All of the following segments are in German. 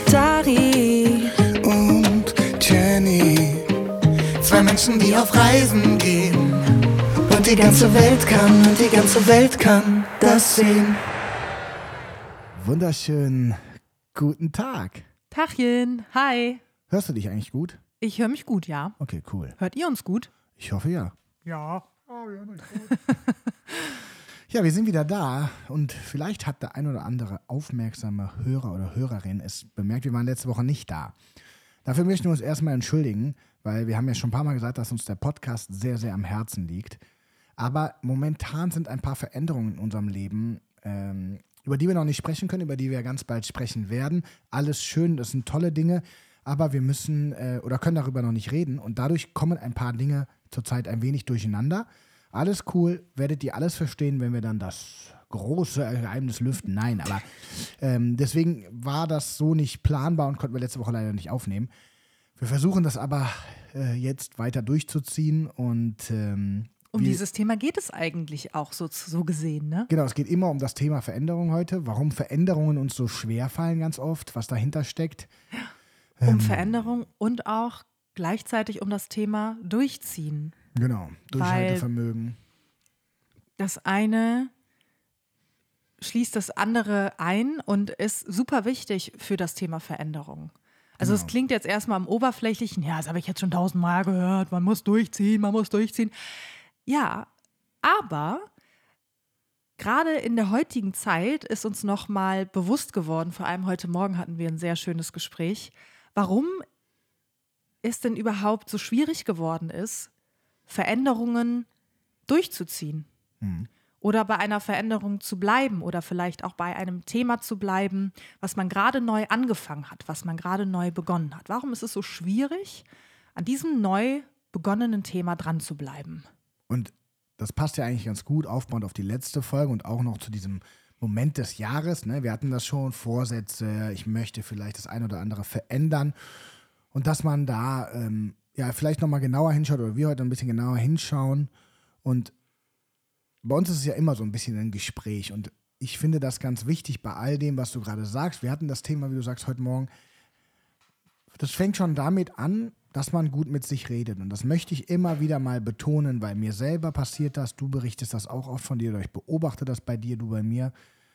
Dari und Jenny. Zwei Menschen, die auf Reisen gehen. Und die ganze Welt kann das sehen. Wunderschönen guten Tag. Tachchen, hi. Hörst du dich eigentlich gut? Ich höre mich gut, ja. Okay, cool. Hört ihr uns gut? Ich hoffe ja. Ja. Ja, wir sind wieder da und vielleicht hat der ein oder andere aufmerksame Hörer oder Hörerin es bemerkt, wir waren letzte Woche nicht da. Dafür möchten wir uns erstmal entschuldigen, weil wir haben ja schon ein paar Mal gesagt, dass uns der Podcast sehr, sehr am Herzen liegt. Aber momentan sind ein paar Veränderungen in unserem Leben, über die wir noch nicht sprechen können, über die wir ganz bald sprechen werden. Alles schön, das sind tolle Dinge, aber wir müssen oder können darüber noch nicht reden und dadurch kommen ein paar Dinge zurzeit ein wenig durcheinander. Alles cool, werdet ihr alles verstehen, wenn wir dann das große Geheimnis lüften. Nein, aber deswegen war das so nicht planbar und konnten wir letzte Woche leider nicht aufnehmen. Wir versuchen das aber jetzt weiter durchzuziehen und Um dieses Thema geht es eigentlich auch so gesehen, ne? Genau, es geht immer um das Thema Veränderung heute. Warum Veränderungen uns so schwer fallen ganz oft, was dahinter steckt. Um Veränderung und auch gleichzeitig um das Thema Durchziehen. Genau, Durchhaltevermögen. Das eine schließt das andere ein und ist super wichtig für das Thema Veränderung. Also es klingt jetzt erstmal am Oberflächlichen, ja, das habe ich jetzt schon 1000-mal gehört, man muss durchziehen. Ja, aber gerade in der heutigen Zeit ist uns nochmal bewusst geworden, vor allem heute Morgen hatten wir ein sehr schönes Gespräch, warum es denn überhaupt so schwierig geworden ist, Veränderungen durchzuziehen. Oder bei einer Veränderung zu bleiben oder vielleicht auch bei einem Thema zu bleiben, was man gerade neu angefangen hat, was man gerade neu begonnen hat. Warum ist es so schwierig, an diesem neu begonnenen Thema dran zu bleiben? Und das passt ja eigentlich ganz gut, aufbauend auf die letzte Folge und auch noch zu diesem Moment des Jahres. Ne? Wir hatten das schon, Vorsätze, ich möchte vielleicht das ein oder andere verändern. Und dass man da vielleicht nochmal genauer hinschaut oder wir heute ein bisschen genauer hinschauen. Und bei uns ist es ja immer so ein bisschen ein Gespräch. Und ich finde das ganz wichtig bei all dem, was du gerade sagst. Wir hatten das Thema, wie du sagst, heute Morgen. Das fängt schon damit an, dass man gut mit sich redet. Und das möchte ich immer wieder mal betonen, weil mir selber passiert das. Du berichtest das auch oft von dir oder ich beobachte das bei dir, du bei mir.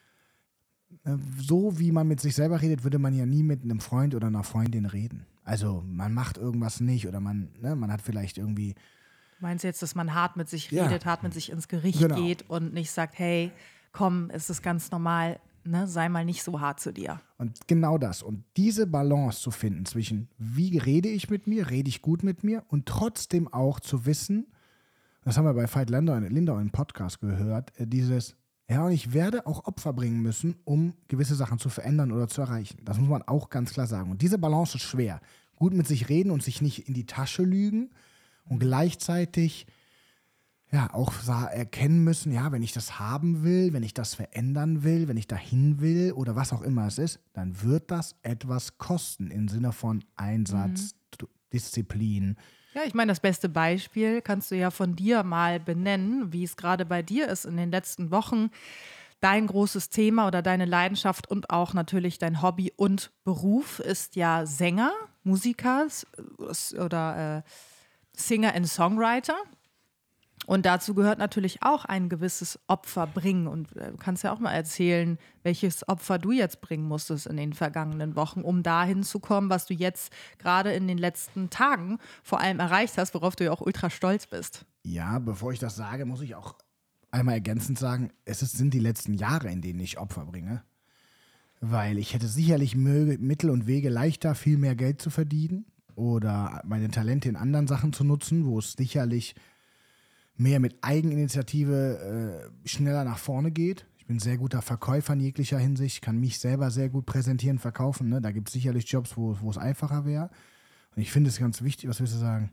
So wie man mit sich selber redet, würde man ja nie mit einem Freund oder einer Freundin reden. Also man macht irgendwas nicht oder man hat vielleicht irgendwie... Du meinst jetzt, dass man hart mit sich redet, hart mit sich ins Gericht geht und nicht sagt, hey, komm, es ist ganz normal, ne, sei mal nicht so hart zu dir. Und genau das. Und diese Balance zu finden zwischen, wie rede ich mit mir, rede ich gut mit mir und trotzdem auch zu wissen, das haben wir bei Veit Lindau im Podcast gehört, dieses, ja, und ich werde auch Opfer bringen müssen, um gewisse Sachen zu verändern oder zu erreichen. Das muss man auch ganz klar sagen. Und diese Balance ist schwer. Gut mit sich reden und sich nicht in die Tasche lügen und gleichzeitig auch erkennen müssen, ja, wenn ich das haben will, wenn ich das verändern will, wenn ich dahin will oder was auch immer es ist, dann wird das etwas kosten im Sinne von Einsatz, Disziplin. Ja, ich meine, das beste Beispiel kannst du ja von dir mal benennen, wie es gerade bei dir ist in den letzten Wochen. Dein großes Thema oder deine Leidenschaft und auch natürlich dein Hobby und Beruf ist ja Sänger, Musiker oder Singer and Songwriter. Und dazu gehört natürlich auch ein gewisses Opfer bringen. Und du kannst ja auch mal erzählen, welches Opfer du jetzt bringen musstest in den vergangenen Wochen, um dahin zu kommen, was du jetzt gerade in den letzten Tagen vor allem erreicht hast, worauf du ja auch ultra stolz bist. Ja, bevor ich das sage, muss ich auch einmal ergänzend sagen, sind die letzten Jahre, in denen ich Opfer bringe. Weil ich hätte sicherlich Mittel und Wege leichter, viel mehr Geld zu verdienen oder meine Talente in anderen Sachen zu nutzen, wo es sicherlich mehr mit Eigeninitiative schneller nach vorne geht. Ich bin ein sehr guter Verkäufer in jeglicher Hinsicht, kann mich selber sehr gut präsentieren, verkaufen. Ne? Da gibt es sicherlich Jobs, wo es einfacher wäre. Und ich finde es ganz wichtig, was willst du sagen?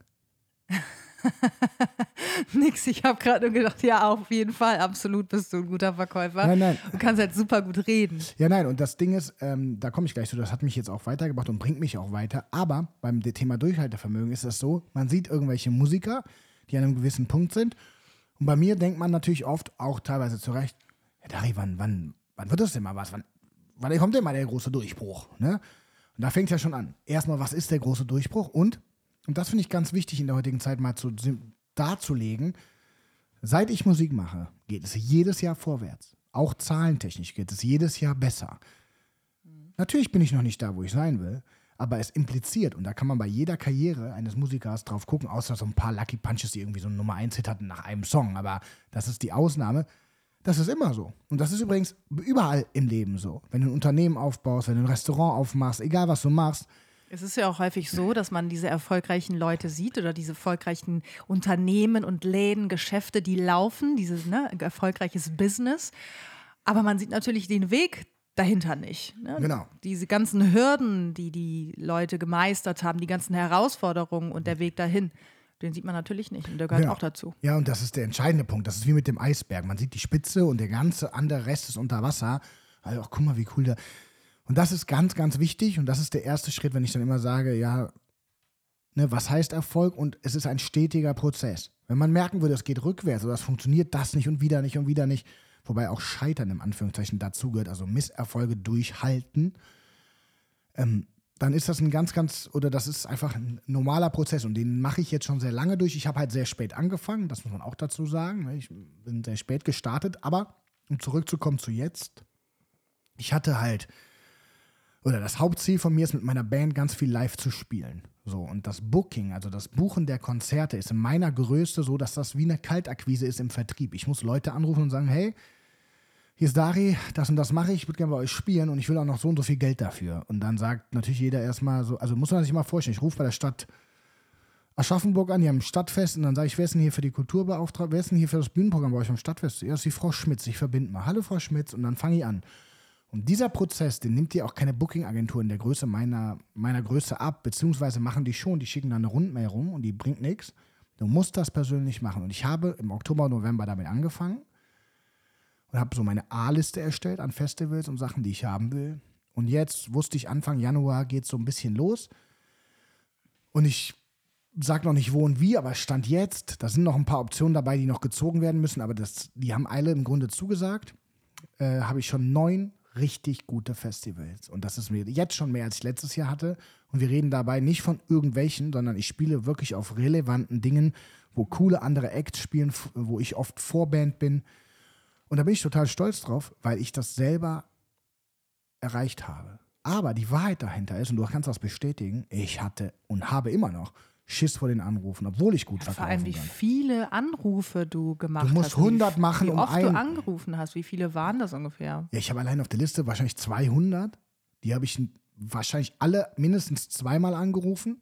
Nix, ich habe gerade nur gedacht, ja, auf jeden Fall, absolut bist du ein guter Verkäufer. Nein. Du kannst halt super gut reden. Ja, nein, und das Ding ist, da komme ich gleich zu, das hat mich jetzt auch weitergebracht und bringt mich auch weiter. Aber beim Thema Durchhaltevermögen ist das so, man sieht irgendwelche Musiker, die an einem gewissen Punkt sind. Und bei mir denkt man natürlich oft, auch teilweise zurecht, ja, Dari, wann wird das denn mal was? Wann kommt denn mal der große Durchbruch? Ne? Und Und da fängt ja schon an. Erstmal, was ist der große Durchbruch? Und das finde ich ganz wichtig in der heutigen Zeit mal darzulegen, seit ich Musik mache, geht es jedes Jahr vorwärts. Auch zahlentechnisch geht es jedes Jahr besser. Natürlich bin ich noch nicht da, wo ich sein will, aber es impliziert, und da kann man bei jeder Karriere eines Musikers drauf gucken, außer so ein paar Lucky Punches, die irgendwie so einen Nummer-1-Hit hatten nach einem Song, aber das ist die Ausnahme. Das ist immer so. Und das ist übrigens überall im Leben so. Wenn du ein Unternehmen aufbaust, wenn du ein Restaurant aufmachst, egal was du machst. Es ist ja auch häufig so, dass man diese erfolgreichen Leute sieht oder diese erfolgreichen Unternehmen und Läden, Geschäfte, die laufen, dieses erfolgreiches Business. Aber man sieht natürlich den Weg dahinter nicht. Ne? Genau. Diese ganzen Hürden, die die Leute gemeistert haben, die ganzen Herausforderungen und der Weg dahin, den sieht man natürlich nicht und der gehört auch dazu. Ja, und das ist der entscheidende Punkt. Das ist wie mit dem Eisberg. Man sieht die Spitze und der ganze andere Rest ist unter Wasser. Also, guck mal, wie cool der. Und das ist ganz, ganz wichtig und das ist der erste Schritt, wenn ich dann immer sage, ja, ne, was heißt Erfolg? Und es ist ein stetiger Prozess. Wenn man merken würde, es geht rückwärts oder es funktioniert das nicht und wieder nicht, wobei auch Scheitern im Anführungszeichen dazugehört, also Misserfolge durchhalten, dann ist das das ist einfach ein normaler Prozess und den mache ich jetzt schon sehr lange durch. Ich habe halt sehr spät angefangen, das muss man auch dazu sagen. Ich bin sehr spät gestartet, aber um zurückzukommen zu jetzt, ich hatte halt, oder das Hauptziel von mir ist, mit meiner Band ganz viel live zu spielen. So, und das Booking, also das Buchen der Konzerte, ist in meiner Größe so, dass das wie eine Kaltakquise ist im Vertrieb. Ich muss Leute anrufen und sagen, hey, hier ist Dari, das und das mache ich würde gerne bei euch spielen und ich will auch noch so und so viel Geld dafür. Und dann sagt natürlich jeder erstmal so, also muss man sich mal vorstellen, ich rufe bei der Stadt Aschaffenburg an, die haben ein Stadtfest und dann sage ich, wer ist denn hier für die Kultur beauftragt, wer ist denn hier für das Bühnenprogramm bei euch am Stadtfest? Ja, das ist die Frau Schmitz, ich verbinde mal. Hallo Frau Schmitz und dann fange ich an. Und dieser Prozess, den nimmt dir auch keine Booking-Agentur in der Größe meiner Größe ab, beziehungsweise machen die schon, die schicken da eine Rundmail rum und die bringt nichts. Du musst das persönlich machen. Und ich habe im Oktober, November damit angefangen und habe so meine A-Liste erstellt an Festivals und Sachen, die ich haben will. Und jetzt wusste ich, Anfang Januar geht es so ein bisschen los. Und ich sage noch nicht wo und wie, aber Stand jetzt, da sind noch ein paar Optionen dabei, die noch gezogen werden müssen, aber die haben alle im Grunde zugesagt. Habe ich schon 9 richtig gute Festivals. Und das ist mir jetzt schon mehr, als ich letztes Jahr hatte. Und wir reden dabei nicht von irgendwelchen, sondern ich spiele wirklich auf relevanten Dingen, wo coole andere Acts spielen, wo ich oft Vorband bin. Und da bin ich total stolz drauf, weil ich das selber erreicht habe. Aber die Wahrheit dahinter ist, und du kannst das bestätigen, ich hatte und habe immer noch Schiss vor den Anrufen, obwohl ich gut verkaufen kann. Vor allem, wie viele Anrufe du gemacht hast. Du musst 100 machen, wie oft du angerufen hast. Wie viele waren das ungefähr? Ja, ich habe allein auf der Liste wahrscheinlich 200. Die habe ich wahrscheinlich alle mindestens 2-mal angerufen,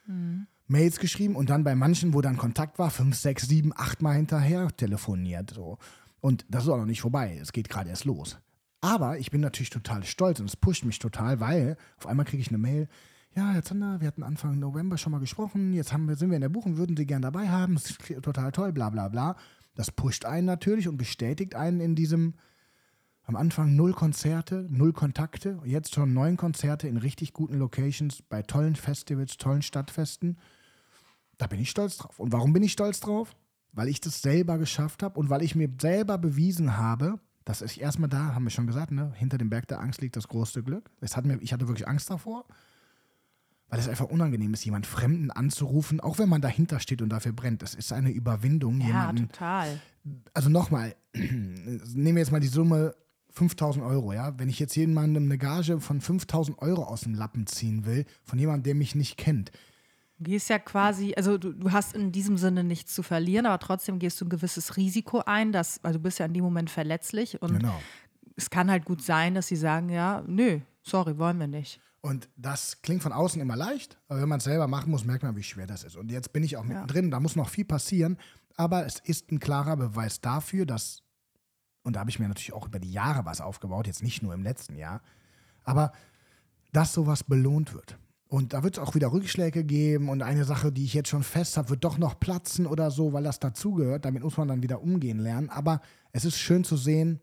Mails geschrieben und dann bei manchen, wo dann Kontakt war, 5, 6, 7, 8-mal hinterher telefoniert. So. Und das ist auch noch nicht vorbei. Es geht gerade erst los. Aber ich bin natürlich total stolz und es pusht mich total, weil auf einmal kriege ich eine Mail. Ja, Herr Zander, wir hatten Anfang November schon mal gesprochen, jetzt sind wir in der Buchung, würden Sie gern dabei haben, das ist total toll, bla bla bla. Das pusht einen natürlich und bestätigt einen in diesem, am Anfang 0 Konzerte, 0 Kontakte, jetzt schon 9 Konzerte in richtig guten Locations, bei tollen Festivals, tollen Stadtfesten. Da bin ich stolz drauf. Und warum bin ich stolz drauf? Weil ich das selber geschafft habe und weil ich mir selber bewiesen habe, dass ich erstmal da, haben wir schon gesagt, ne, hinter dem Berg der Angst liegt das größte Glück. Ich hatte wirklich Angst davor. Weil es einfach unangenehm ist, jemand Fremden anzurufen, auch wenn man dahinter steht und dafür brennt. Das ist eine Überwindung. Ja, total. Also nochmal, nehmen wir jetzt mal die Summe 5.000 Euro, ja. Wenn ich jetzt jemandem eine Gage von 5.000 Euro aus dem Lappen ziehen will, von jemandem, der mich nicht kennt. Du gehst ja quasi, also du hast in diesem Sinne nichts zu verlieren, aber trotzdem gehst du ein gewisses Risiko ein, weil du bist ja in dem Moment verletzlich und Genau. Es kann halt gut sein, dass sie sagen, ja, nö, sorry, wollen wir nicht. Und das klingt von außen immer leicht, aber wenn man es selber machen muss, merkt man, wie schwer das ist. Und jetzt bin ich auch mittendrin, da muss noch viel passieren, aber es ist ein klarer Beweis dafür, dass, und da habe ich mir natürlich auch über die Jahre was aufgebaut, jetzt nicht nur im letzten Jahr, aber dass sowas belohnt wird. Und da wird es auch wieder Rückschläge geben und eine Sache, die ich jetzt schon fest habe, wird doch noch platzen oder so, weil das dazugehört. Damit muss man dann wieder umgehen lernen. Aber es ist schön zu sehen,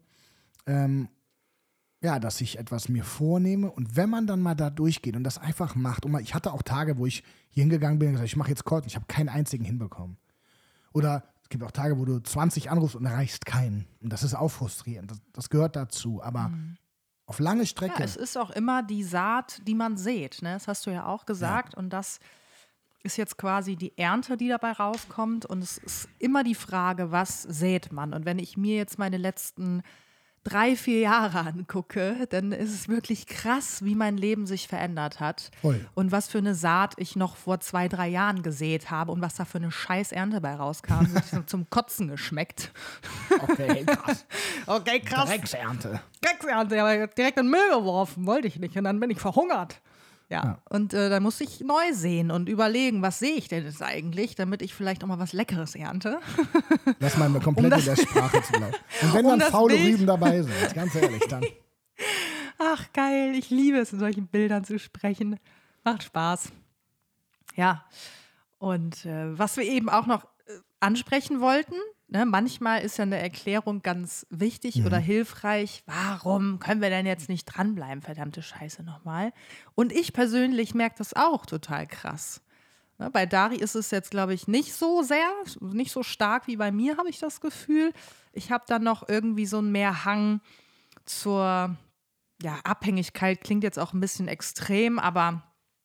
dass ich etwas mir vornehme und wenn man dann mal da durchgeht und das einfach macht, und ich hatte auch Tage, wo ich hier hingegangen bin und gesagt, ich mache jetzt Calls und ich habe keinen einzigen hinbekommen. Oder es gibt auch Tage, wo du 20 anrufst und erreichst keinen. Und das ist auch frustrierend. Das gehört dazu. Aber Auf lange Ja, Strecke. es ist auch immer die Saat, die man sät. Ne? Das hast du ja auch gesagt. Und das ist jetzt quasi die Ernte, die dabei rauskommt. Und es ist immer die Frage, was sät man? Und wenn ich mir jetzt meine letzten 3-4 Jahre angucke, dann ist es wirklich krass, wie mein Leben sich verändert hat. Voll. Und was für eine Saat ich noch vor 2-3 Jahren gesät habe und was da für eine scheiß Ernte bei rauskam. Das hat zum Kotzen geschmeckt. Okay, krass. Okay, krass. Drecksernte. Drecksernte, aber direkt in den Müll geworfen, wollte ich nicht. Und dann bin ich verhungert. Ja. Und dann musste ich neu säen und überlegen, was sehe ich denn jetzt eigentlich, damit ich vielleicht auch mal was Leckeres ernte. Lass mal komplett in der Sprache zu laufen. Und wenn dann faule Rüben dabei sind, ganz ehrlich, dann. Ach, geil. Ich liebe es, in solchen Bildern zu sprechen. Macht Spaß. Ja. Und was wir eben auch noch ansprechen wollten, ne, manchmal ist ja eine Erklärung ganz wichtig oder hilfreich. Warum können wir denn jetzt nicht dranbleiben? Verdammte Scheiße nochmal. Und ich persönlich merke das auch total krass. Ne, bei Dari ist es jetzt, glaube ich, nicht so stark wie bei mir, habe ich das Gefühl. Ich habe dann noch irgendwie so einen mehr Hang zur Abhängigkeit. Klingt jetzt auch ein bisschen extrem, aber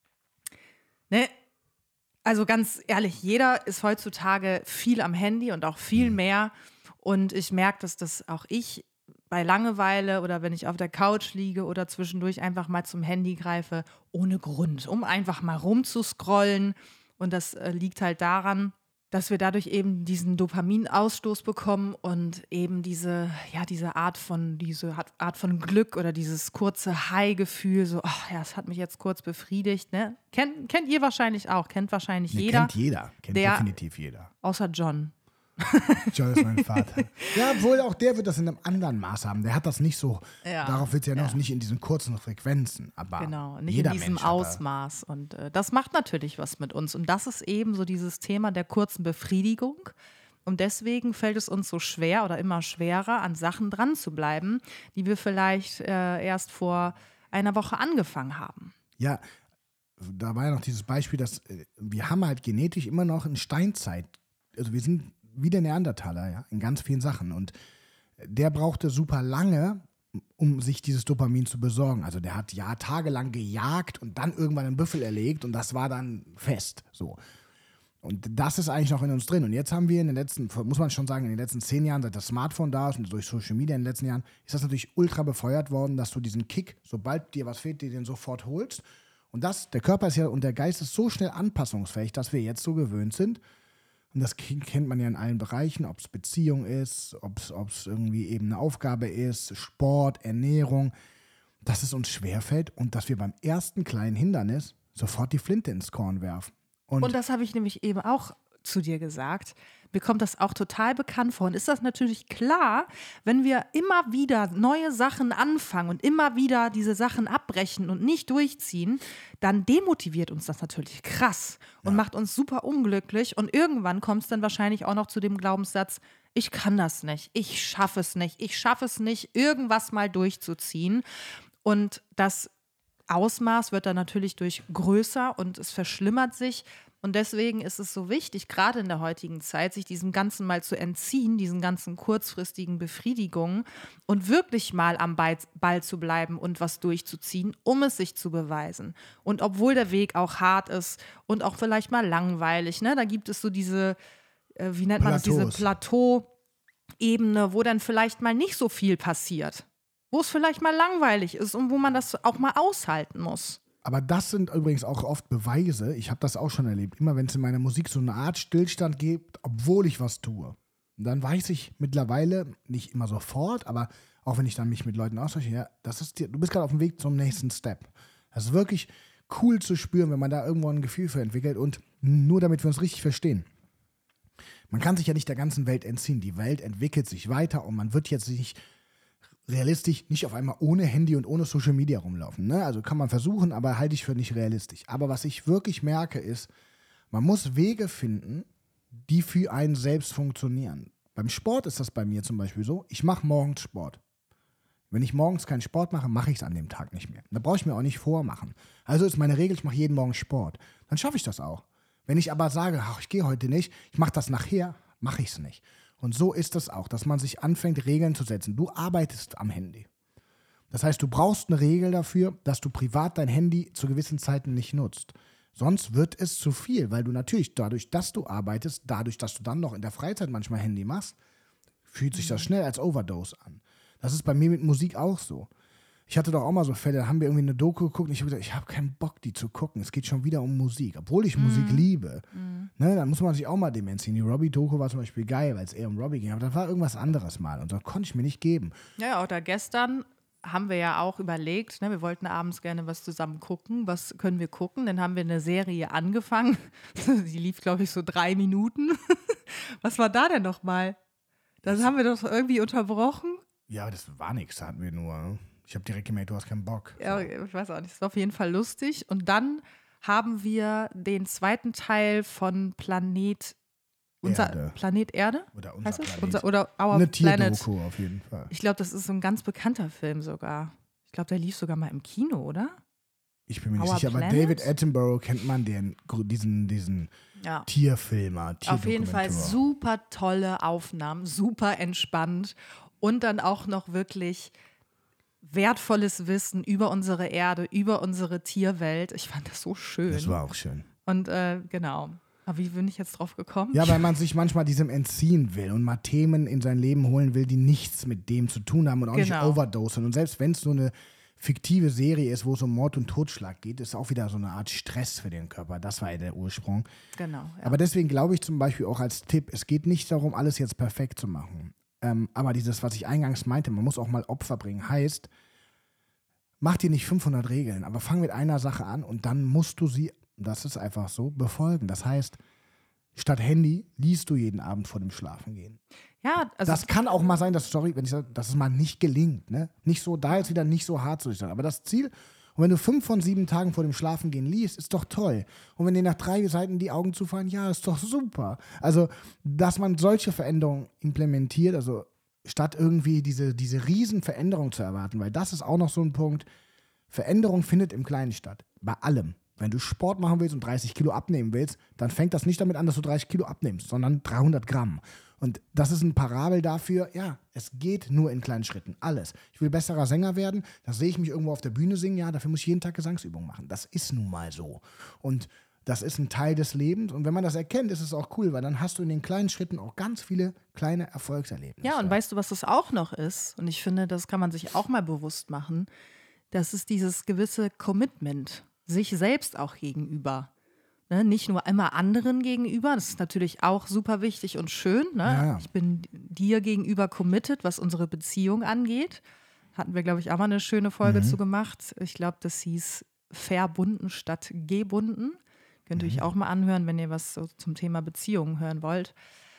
ne, also ganz ehrlich, jeder ist heutzutage viel am Handy und auch viel mehr. Und ich merke, dass das auch ich bei Langeweile oder wenn ich auf der Couch liege oder zwischendurch einfach mal zum Handy greife, ohne Grund, um einfach mal rumzuscrollen. Und das liegt halt daran, dass wir dadurch eben diesen Dopaminausstoß bekommen und eben diese Art von Glück oder dieses kurze High-Gefühl, so, ach ja, es hat mich jetzt kurz befriedigt. Ne? Kennt ihr wahrscheinlich auch, kennt wahrscheinlich jeder. Kennt jeder, definitiv jeder. Außer John. John ist mein Vater. Ja, obwohl auch der wird das in einem anderen Maß haben. Der hat das nicht so, darauf wird es ja noch nicht in diesen kurzen Frequenzen. Aber genau, nicht jeder in diesem Mensch hat Ausmaß. Und das macht natürlich was mit uns. Und das ist eben so dieses Thema der kurzen Befriedigung. Und deswegen fällt es uns so schwer oder immer schwerer, an Sachen dran zu bleiben, die wir vielleicht erst vor einer Woche angefangen haben. Ja, da war ja noch dieses Beispiel, dass wir haben halt genetisch immer noch in Steinzeit, also wir sind wie der Neandertaler, ja, in ganz vielen Sachen. Und der brauchte super lange, um sich dieses Dopamin zu besorgen. Also der hat tagelang gejagt und dann irgendwann einen Büffel erlegt und das war dann fest. So. Und das ist eigentlich noch in uns drin. Und jetzt haben wir in den letzten, muss man schon sagen, in den letzten 10 Jahren, seit das Smartphone da ist und durch Social Media in den letzten Jahren, ist das natürlich ultra befeuert worden, dass du diesen Kick, sobald dir was fehlt, dir den sofort holst. Und der Körper ist ja und der Geist ist so schnell anpassungsfähig, dass wir jetzt so gewöhnt sind. Und das kennt man ja in allen Bereichen, ob es Beziehung ist, ob es irgendwie eben eine Aufgabe ist, Sport, Ernährung, dass es uns schwerfällt und dass wir beim ersten kleinen Hindernis sofort die Flinte ins Korn werfen. Und das habe ich nämlich eben auch zu dir gesagt. Mir kommt das auch total bekannt vor. Und ist das natürlich klar, wenn wir immer wieder neue Sachen anfangen und immer wieder diese Sachen abbrechen und nicht durchziehen, dann demotiviert uns das natürlich krass und macht uns super unglücklich. Und irgendwann kommt es dann wahrscheinlich auch noch zu dem Glaubenssatz, ich kann das nicht, ich schaffe es nicht, irgendwas mal durchzuziehen. Und das Ausmaß wird dann natürlich durch größer und es verschlimmert sich. Und deswegen ist es so wichtig, gerade in der heutigen Zeit, sich diesem Ganzen mal zu entziehen, diesen ganzen kurzfristigen Befriedigungen und wirklich mal am Ball zu bleiben und was durchzuziehen, um es sich zu beweisen. Und obwohl der Weg auch hart ist und auch vielleicht mal langweilig, ne, da gibt es so diese, wie nennt man das, diese Plateau-Ebene, wo dann vielleicht mal nicht so viel passiert, wo es vielleicht mal langweilig ist und wo man das auch mal aushalten muss. Aber das sind übrigens auch oft Beweise, ich habe das auch schon erlebt, immer wenn es in meiner Musik so eine Art Stillstand gibt, obwohl ich was tue. Und dann weiß ich mittlerweile, nicht immer sofort, aber auch wenn ich dann mich mit Leuten austausche, ja, du bist gerade auf dem Weg zum nächsten Step. Das ist wirklich cool zu spüren, wenn man da irgendwo ein Gefühl für entwickelt und nur damit wir uns richtig verstehen. Man kann sich ja nicht der ganzen Welt entziehen. Die Welt entwickelt sich weiter und man wird jetzt nicht realistisch nicht auf einmal ohne Handy und ohne Social Media rumlaufen. Ne? Also kann man versuchen, aber halte ich für nicht realistisch. Aber was ich wirklich merke ist, man muss Wege finden, die für einen selbst funktionieren. Beim Sport ist das bei mir zum Beispiel so, ich mache morgens Sport. Wenn ich morgens keinen Sport mache, mache ich es an dem Tag nicht mehr. Da brauche ich mir auch nicht vormachen. Also ist meine Regel, ich mache jeden Morgen Sport. Dann schaffe ich das auch. Wenn ich aber sage, ach, ich gehe heute nicht, ich mache das nachher, mache ich es nicht. Und so ist es auch, dass man sich anfängt, Regeln zu setzen. Du arbeitest am Handy. Das heißt, du brauchst eine Regel dafür, dass du privat dein Handy zu gewissen Zeiten nicht nutzt. Sonst wird es zu viel, weil du natürlich dadurch, dass du arbeitest, dadurch, dass du dann noch in der Freizeit manchmal Handy machst, fühlt sich das schnell als Overdose an. Das ist bei mir mit Musik auch so. Ich hatte doch auch mal so Fälle, da haben wir irgendwie eine Doku geguckt und ich habe gesagt, ich habe keinen Bock, die zu gucken. Es geht schon wieder um Musik, obwohl ich Musik liebe. Ne, dann muss man sich auch mal dem entziehen. Die Robbie-Doku war zum Beispiel geil, weil es eher um Robbie ging, aber das war irgendwas anderes mal und das konnte ich mir nicht geben. Ja, oder gestern haben wir ja auch überlegt, ne, wir wollten abends gerne was zusammen gucken. Was können wir gucken? Dann haben wir eine Serie angefangen. Die lief, glaube ich, so 3 Minuten. Was war da denn nochmal? Das haben wir doch irgendwie unterbrochen. Ja, aber das war nichts, hatten wir nur. Ich habe direkt gemerkt, du hast keinen Bock. So. Ja, ich weiß auch nicht, es war auf jeden Fall lustig. Und dann haben wir den 2. Teil von Planet Erde? Oder unser heißt Planet. es? Oder Our Eine Planet. Tierdoku auf jeden Fall. Ich glaube, das ist so ein ganz bekannter Film sogar. Ich glaube, der lief sogar mal im Kino, oder? Ich bin mir nicht Our sicher, aber Planet? David Attenborough kennt man, diesen Ja. Tierfilmer, Auf jeden Fall Tierdokumentar. super tolle Aufnahmen, super entspannt und dann auch noch wirklich wertvolles Wissen über unsere Erde, über unsere Tierwelt. Ich fand das so schön. Das war auch schön. Und genau. Aber wie bin ich jetzt drauf gekommen? Ja, weil man sich manchmal diesem entziehen will und mal Themen in sein Leben holen will, die nichts mit dem zu tun haben und auch nicht overdosen. Und selbst wenn es so eine fiktive Serie ist, wo es um Mord und Totschlag geht, ist auch wieder so eine Art Stress für den Körper. Das war ja der Ursprung. Genau. Ja. Aber deswegen glaube ich zum Beispiel auch als Tipp, es geht nicht darum, alles jetzt perfekt zu machen. Aber dieses, was ich eingangs meinte, man muss auch mal Opfer bringen, heißt, mach dir nicht 500 Regeln, aber fang mit einer Sache an und dann musst du sie, das ist einfach so, befolgen. Das heißt, statt Handy liest du jeden Abend vor dem Schlafengehen. Ja, also Das kann auch mal sein, dass es mal nicht gelingt. Ne? Nicht so, da jetzt wieder nicht so hart zu sein. Aber das Ziel, und wenn du 5 von 7 Tagen vor dem Schlafengehen liest, ist doch toll. Und wenn dir nach 3 Seiten die Augen zufallen, ja, ist doch super. Also, dass man solche Veränderungen implementiert, also statt irgendwie diese riesen Veränderung zu erwarten, weil das ist auch noch so ein Punkt, Veränderung findet im Kleinen statt. Bei allem. Wenn du Sport machen willst und 30 Kilo abnehmen willst, dann fängt das nicht damit an, dass du 30 Kilo abnimmst, sondern 300 Gramm. Und das ist ein Parabel dafür, ja, es geht nur in kleinen Schritten. Alles. Ich will besserer Sänger werden, da sehe ich mich irgendwo auf der Bühne singen, ja, dafür muss ich jeden Tag Gesangsübungen machen. Das ist nun mal so. Und das ist ein Teil des Lebens. Und wenn man das erkennt, ist es auch cool, weil dann hast du in den kleinen Schritten auch ganz viele kleine Erfolgserlebnisse. ja, und weißt du, was das auch noch ist? Und ich finde, das kann man sich auch mal bewusst machen. Das ist dieses gewisse Commitment, sich selbst auch gegenüber. Ne? Nicht nur immer anderen gegenüber, das ist natürlich auch super wichtig und schön. Ne? Ja. Ich bin dir gegenüber committed, was unsere Beziehung angeht. Hatten wir, glaube ich, auch mal eine schöne Folge zu gemacht. Ich glaube, das hieß verbunden statt gebunden. Könnt ihr euch auch mal anhören, wenn ihr was so zum Thema Beziehungen hören wollt.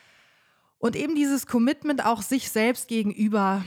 Und eben dieses Commitment auch sich selbst gegenüber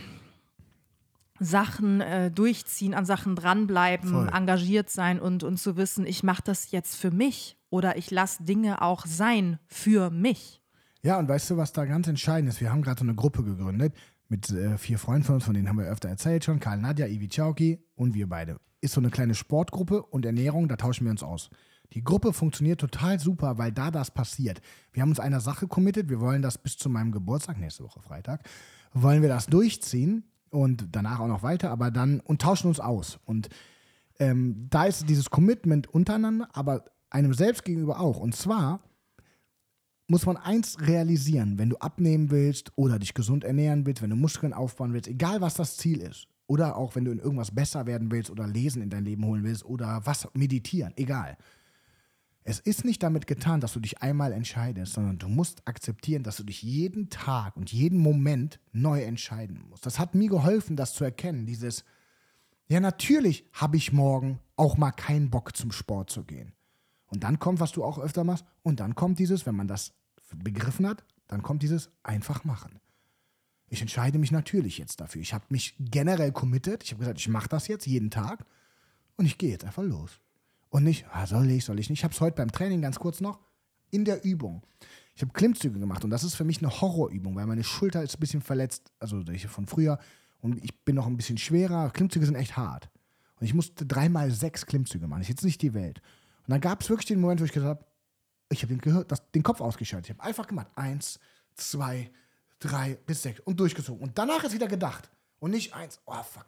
Sachen durchziehen, an Sachen dranbleiben, Voll. engagiert sein und zu wissen, ich mache das jetzt für mich oder ich lasse Dinge auch sein für mich. Ja, und weißt du, was da ganz entscheidend ist? Wir haben gerade so eine Gruppe gegründet mit 4 Freunden von uns, von denen haben wir öfter erzählt schon, Karl, Nadja, Ivi Chauki und wir beide. Ist so eine kleine Sportgruppe und Ernährung, da tauschen wir uns aus. Die Gruppe funktioniert total super, weil da das passiert. Wir haben uns einer Sache committed, wir wollen das bis zu meinem Geburtstag, nächste Woche Freitag, wollen wir das durchziehen und danach auch noch weiter, aber dann und tauschen uns aus. Und da ist dieses Commitment untereinander, aber einem selbst gegenüber auch. Und zwar muss man eins realisieren, wenn du abnehmen willst oder dich gesund ernähren willst, wenn du Muskeln aufbauen willst, egal was das Ziel ist, oder auch wenn du in irgendwas besser werden willst oder Lesen in dein Leben holen willst oder was meditieren, egal. Es ist nicht damit getan, dass du dich einmal entscheidest, sondern du musst akzeptieren, dass du dich jeden Tag und jeden Moment neu entscheiden musst. Das hat mir geholfen, das zu erkennen, dieses, ja natürlich habe ich morgen auch mal keinen Bock zum Sport zu gehen. Und dann kommt, was du auch öfter machst, und dann kommt dieses, wenn man das begriffen hat, dann kommt dieses einfach machen. Ich entscheide mich natürlich jetzt dafür. Ich habe mich generell committed. Ich habe gesagt, ich mache das jetzt jeden Tag und ich gehe jetzt einfach los. Und nicht, soll ich nicht. Ich habe es heute beim Training ganz kurz noch in der Übung. Ich habe Klimmzüge gemacht und das ist für mich eine Horrorübung, weil meine Schulter ist ein bisschen verletzt, also von früher und ich bin noch ein bisschen schwerer. Klimmzüge sind echt hart. Und ich musste 3x6 Klimmzüge machen. Das ist jetzt nicht die Welt. Und dann gab es wirklich den Moment, wo ich gesagt habe, ich habe den Kopf ausgeschaltet. Ich habe einfach gemacht. 1, 2, 3 bis 6 und durchgezogen. Und danach ist wieder gedacht. Und nicht 1, oh fuck, Alter.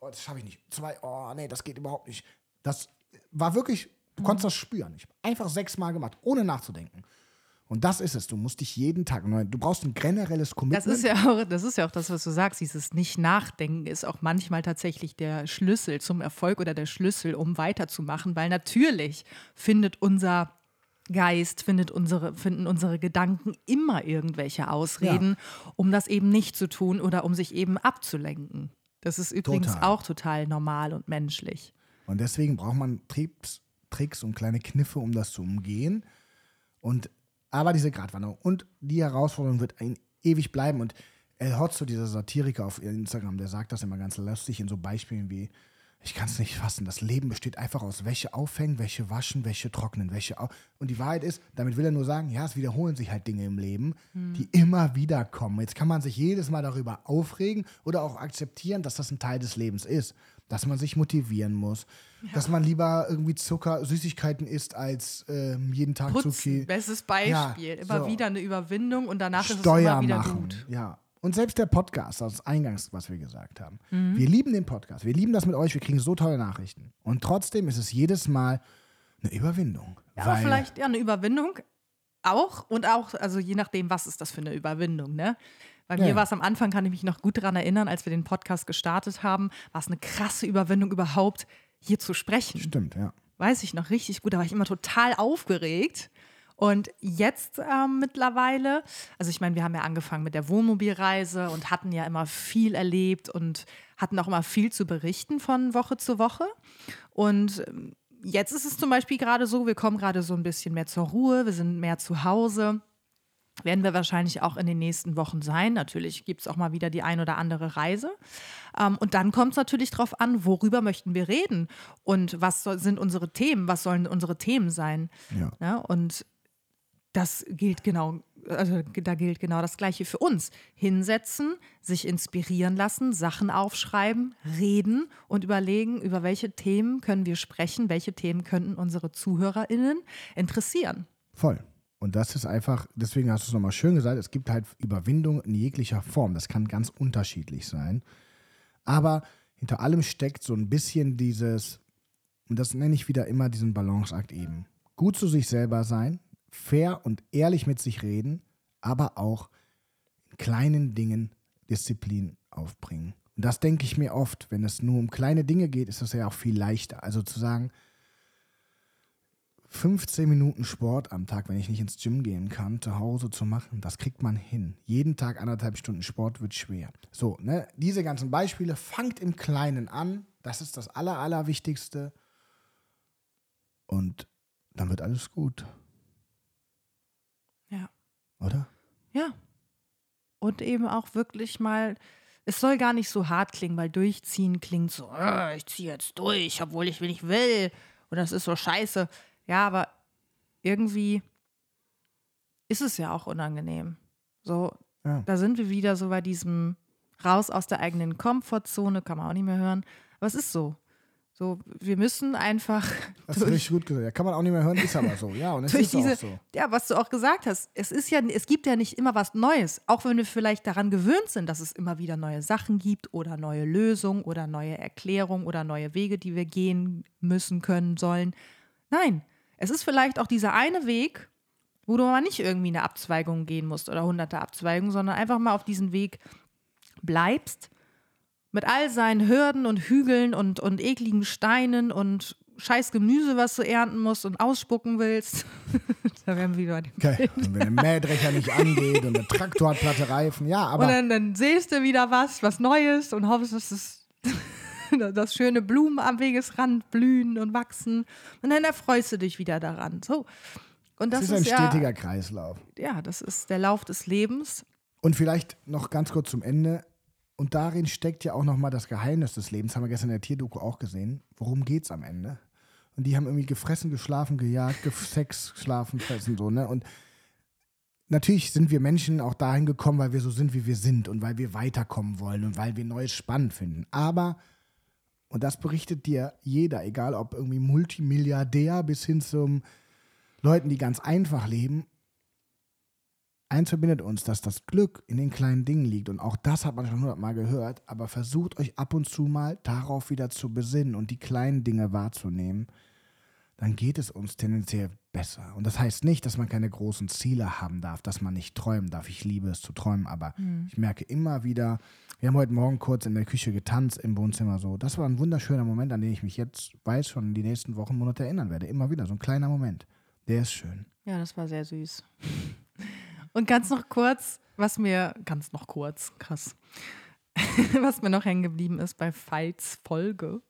oh, das schaffe ich nicht. 2, oh nee, das geht überhaupt nicht. Das war wirklich, du konntest das spüren. Ich habe einfach 6-mal gemacht, ohne nachzudenken. Und das ist es. Du musst dich jeden Tag neu, du brauchst ein generelles Commitment. Das ist ja auch das, was du sagst. Dieses Nicht-Nachdenken ist auch manchmal tatsächlich der Schlüssel zum Erfolg oder der Schlüssel, um weiterzumachen. Weil natürlich findet unser Geist, finden unsere Gedanken immer irgendwelche Ausreden, um das eben nicht zu tun oder um sich eben abzulenken. Das ist übrigens auch total normal und menschlich. Und deswegen braucht man Tricks und kleine Kniffe, um das zu umgehen. Aber diese Gratwanderung und die Herausforderung wird ewig bleiben. Und El Hotzo, dieser Satiriker auf Instagram, der sagt das immer ganz lustig in so Beispielen wie, ich kann es nicht fassen, das Leben besteht einfach aus Wäsche aufhängen, Wäsche waschen, Wäsche trocknen, Und die Wahrheit ist, damit will er nur sagen, ja, es wiederholen sich halt Dinge im Leben, die immer wieder kommen. Jetzt kann man sich jedes Mal darüber aufregen oder auch akzeptieren, dass das ein Teil des Lebens ist. Dass man sich motivieren muss, dass man lieber irgendwie Zucker, Süßigkeiten isst, als jeden Tag Putzen, zu viel. bestes Beispiel. Ja, immer so. wieder eine Überwindung und danach Steuer ist es immer wieder machen. gut. Ja. Und selbst der Podcast, das Eingangs, was wir gesagt haben. Wir lieben den Podcast, wir lieben das mit euch, wir kriegen so tolle Nachrichten. Und trotzdem ist es jedes Mal eine Überwindung. Ja, aber vielleicht eine Überwindung auch und auch, also je nachdem, was ist das für eine Überwindung, ne? Bei mir war es am Anfang, kann ich mich noch gut daran erinnern, als wir den Podcast gestartet haben, war es eine krasse Überwindung überhaupt, hier zu sprechen. Stimmt, ja. Weiß ich noch richtig gut, da war ich immer total aufgeregt. Und jetzt mittlerweile, also ich meine, wir haben ja angefangen mit der Wohnmobilreise und hatten ja immer viel erlebt und hatten auch immer viel zu berichten von Woche zu Woche. Und jetzt ist es zum Beispiel gerade so, wir kommen gerade so ein bisschen mehr zur Ruhe, wir sind mehr zu Hause. Werden wir wahrscheinlich auch in den nächsten Wochen sein. Natürlich gibt es auch mal wieder die ein oder andere Reise. Und dann kommt es natürlich darauf an, worüber möchten wir reden und sind unsere Themen, was sollen unsere Themen sein. Ja, und das gilt da gilt genau das Gleiche für uns. Hinsetzen, sich inspirieren lassen, Sachen aufschreiben, reden und überlegen, über welche Themen können wir sprechen, welche Themen könnten unsere ZuhörerInnen interessieren. Voll. Und das ist einfach, deswegen hast du es nochmal schön gesagt, es gibt halt Überwindung in jeglicher Form. Das kann ganz unterschiedlich sein. Aber hinter allem steckt so ein bisschen dieses, und das nenne ich wieder immer diesen Balanceakt eben. Gut zu sich selber sein, fair und ehrlich mit sich reden, aber auch in kleinen Dingen Disziplin aufbringen. Und das denke ich mir oft, wenn es nur um kleine Dinge geht, ist das ja auch viel leichter. Also zu sagen, 15 Minuten Sport am Tag, wenn ich nicht ins Gym gehen kann, zu Hause zu machen, das kriegt man hin. Jeden Tag 1,5 Stunden Sport wird schwer. So, ne, diese ganzen Beispiele, fangt im Kleinen an. Das ist das Allerwichtigste. Und dann wird alles gut. Ja. Oder? Ja. Und eben auch wirklich mal, es soll gar nicht so hart klingen, weil durchziehen klingt so, ich ziehe jetzt durch, obwohl ich nicht will. Und das ist so scheiße. Ja, aber irgendwie ist es ja auch unangenehm. So, Da sind wir wieder so bei diesem raus aus der eigenen Komfortzone, kann man auch nicht mehr hören. Aber es ist so. So, wir müssen einfach. Das ist richtig gut gesagt. Ja, kann man auch nicht mehr hören, ist aber so. Ja, und es ist auch so. Ja, was du auch gesagt hast, es gibt ja nicht immer was Neues. Auch wenn wir vielleicht daran gewöhnt sind, dass es immer wieder neue Sachen gibt oder neue Lösungen oder neue Erklärungen oder neue Wege, die wir gehen müssen, können, sollen. Nein, es ist vielleicht auch dieser eine Weg, wo du mal nicht irgendwie eine Abzweigung gehen musst oder hunderte Abzweigungen, sondern einfach mal auf diesen Weg bleibst, mit all seinen Hürden und Hügeln und ekligen Steinen und scheiß Gemüse, was du ernten musst und ausspucken willst. Da wären wir wieder. Okay. Und wenn der Mähdrecher nicht angeht und der Traktor hat platte Reifen, ja, aber. Und dann sähst du wieder was Neues und hoffst, dass schöne Blumen am Wegesrand blühen und wachsen. Und dann erfreust du dich wieder daran. So. Und das ist ein stetiger Kreislauf. Ja, das ist der Lauf des Lebens. Und vielleicht noch ganz kurz zum Ende. Und darin steckt ja auch nochmal das Geheimnis des Lebens. Haben wir gestern in der Tierdoku auch gesehen. Worum geht's am Ende? Und die haben irgendwie gefressen, geschlafen, gejagt, Sex, schlafen, fressen, so, ne? Und natürlich sind wir Menschen auch dahin gekommen, weil wir so sind, wie wir sind und weil wir weiterkommen wollen und weil wir Neues spannend finden. Aber, und das berichtet dir jeder, egal ob irgendwie Multimilliardär bis hin zum Leuten, die ganz einfach leben, eins verbindet uns, dass das Glück in den kleinen Dingen liegt. Und auch das hat man schon 100-mal gehört. Aber versucht euch ab und zu mal darauf wieder zu besinnen und die kleinen Dinge wahrzunehmen. Dann geht es uns tendenziell besser. Und das heißt nicht, dass man keine großen Ziele haben darf, dass man nicht träumen darf. Ich liebe es zu träumen, aber ich merke immer wieder, wir haben heute Morgen kurz in der Küche getanzt, im Wohnzimmer so. Das war ein wunderschöner Moment, an den ich mich jetzt, weiß schon, die nächsten Wochen, Monate erinnern werde. Immer wieder, so ein kleiner Moment. Der ist schön. Ja, das war sehr süß. Und ganz noch kurz, was mir noch hängen geblieben ist bei Veits Folge,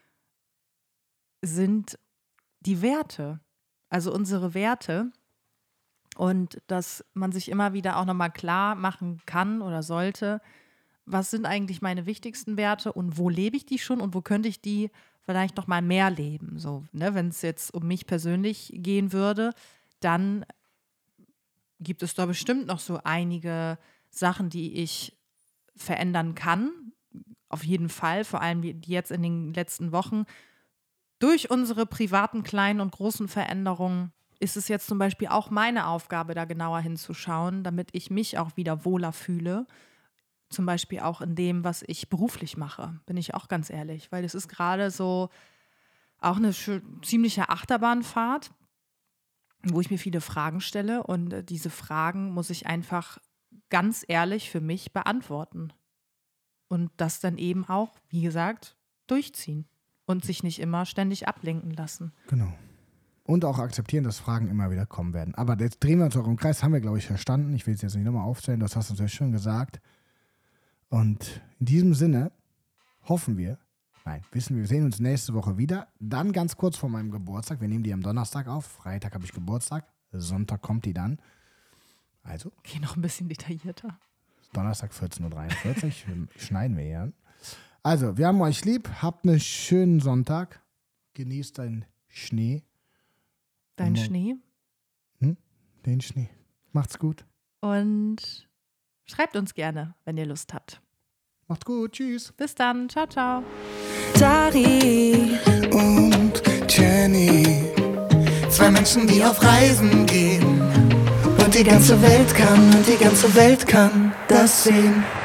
sind die Werte. Also unsere Werte. Und dass man sich immer wieder auch nochmal klar machen kann oder sollte, was sind eigentlich meine wichtigsten Werte und wo lebe ich die schon und wo könnte ich die vielleicht noch mal mehr leben. So, ne? Wenn es jetzt um mich persönlich gehen würde, dann gibt es da bestimmt noch so einige Sachen, die ich verändern kann. Auf jeden Fall, vor allem die jetzt in den letzten Wochen. Durch unsere privaten kleinen und großen Veränderungen ist es jetzt zum Beispiel auch meine Aufgabe, da genauer hinzuschauen, damit ich mich auch wieder wohler fühle. Zum Beispiel auch in dem, was ich beruflich mache, bin ich auch ganz ehrlich. Weil es ist gerade so auch eine ziemliche Achterbahnfahrt, wo ich mir viele Fragen stelle. Und diese Fragen muss ich einfach ganz ehrlich für mich beantworten. Und das dann eben auch, wie gesagt, durchziehen. Und sich nicht immer ständig ablenken lassen. Genau. Und auch akzeptieren, dass Fragen immer wieder kommen werden. Aber jetzt drehen wir uns auch im Kreis, haben wir, glaube ich, verstanden. Ich will es jetzt nicht nochmal aufzählen, das hast du sehr schön gesagt. Und in diesem Sinne wissen wir, wir sehen uns nächste Woche wieder. Dann ganz kurz vor meinem Geburtstag. Wir nehmen die am Donnerstag auf. Freitag habe ich Geburtstag. Sonntag kommt die dann. Also. Okay, noch ein bisschen detaillierter. Donnerstag 14.43 Uhr. Schneiden wir hier. Also, wir haben euch lieb. Habt einen schönen Sonntag. Genießt deinen Schnee. Dein Schnee? Den Schnee. Macht's gut. Und schreibt uns gerne, wenn ihr Lust habt. Macht's gut. Tschüss. Bis dann. Ciao, ciao. Dari und Jenny. Zwei Menschen, die auf Reisen gehen. Und die ganze Welt kann das sehen.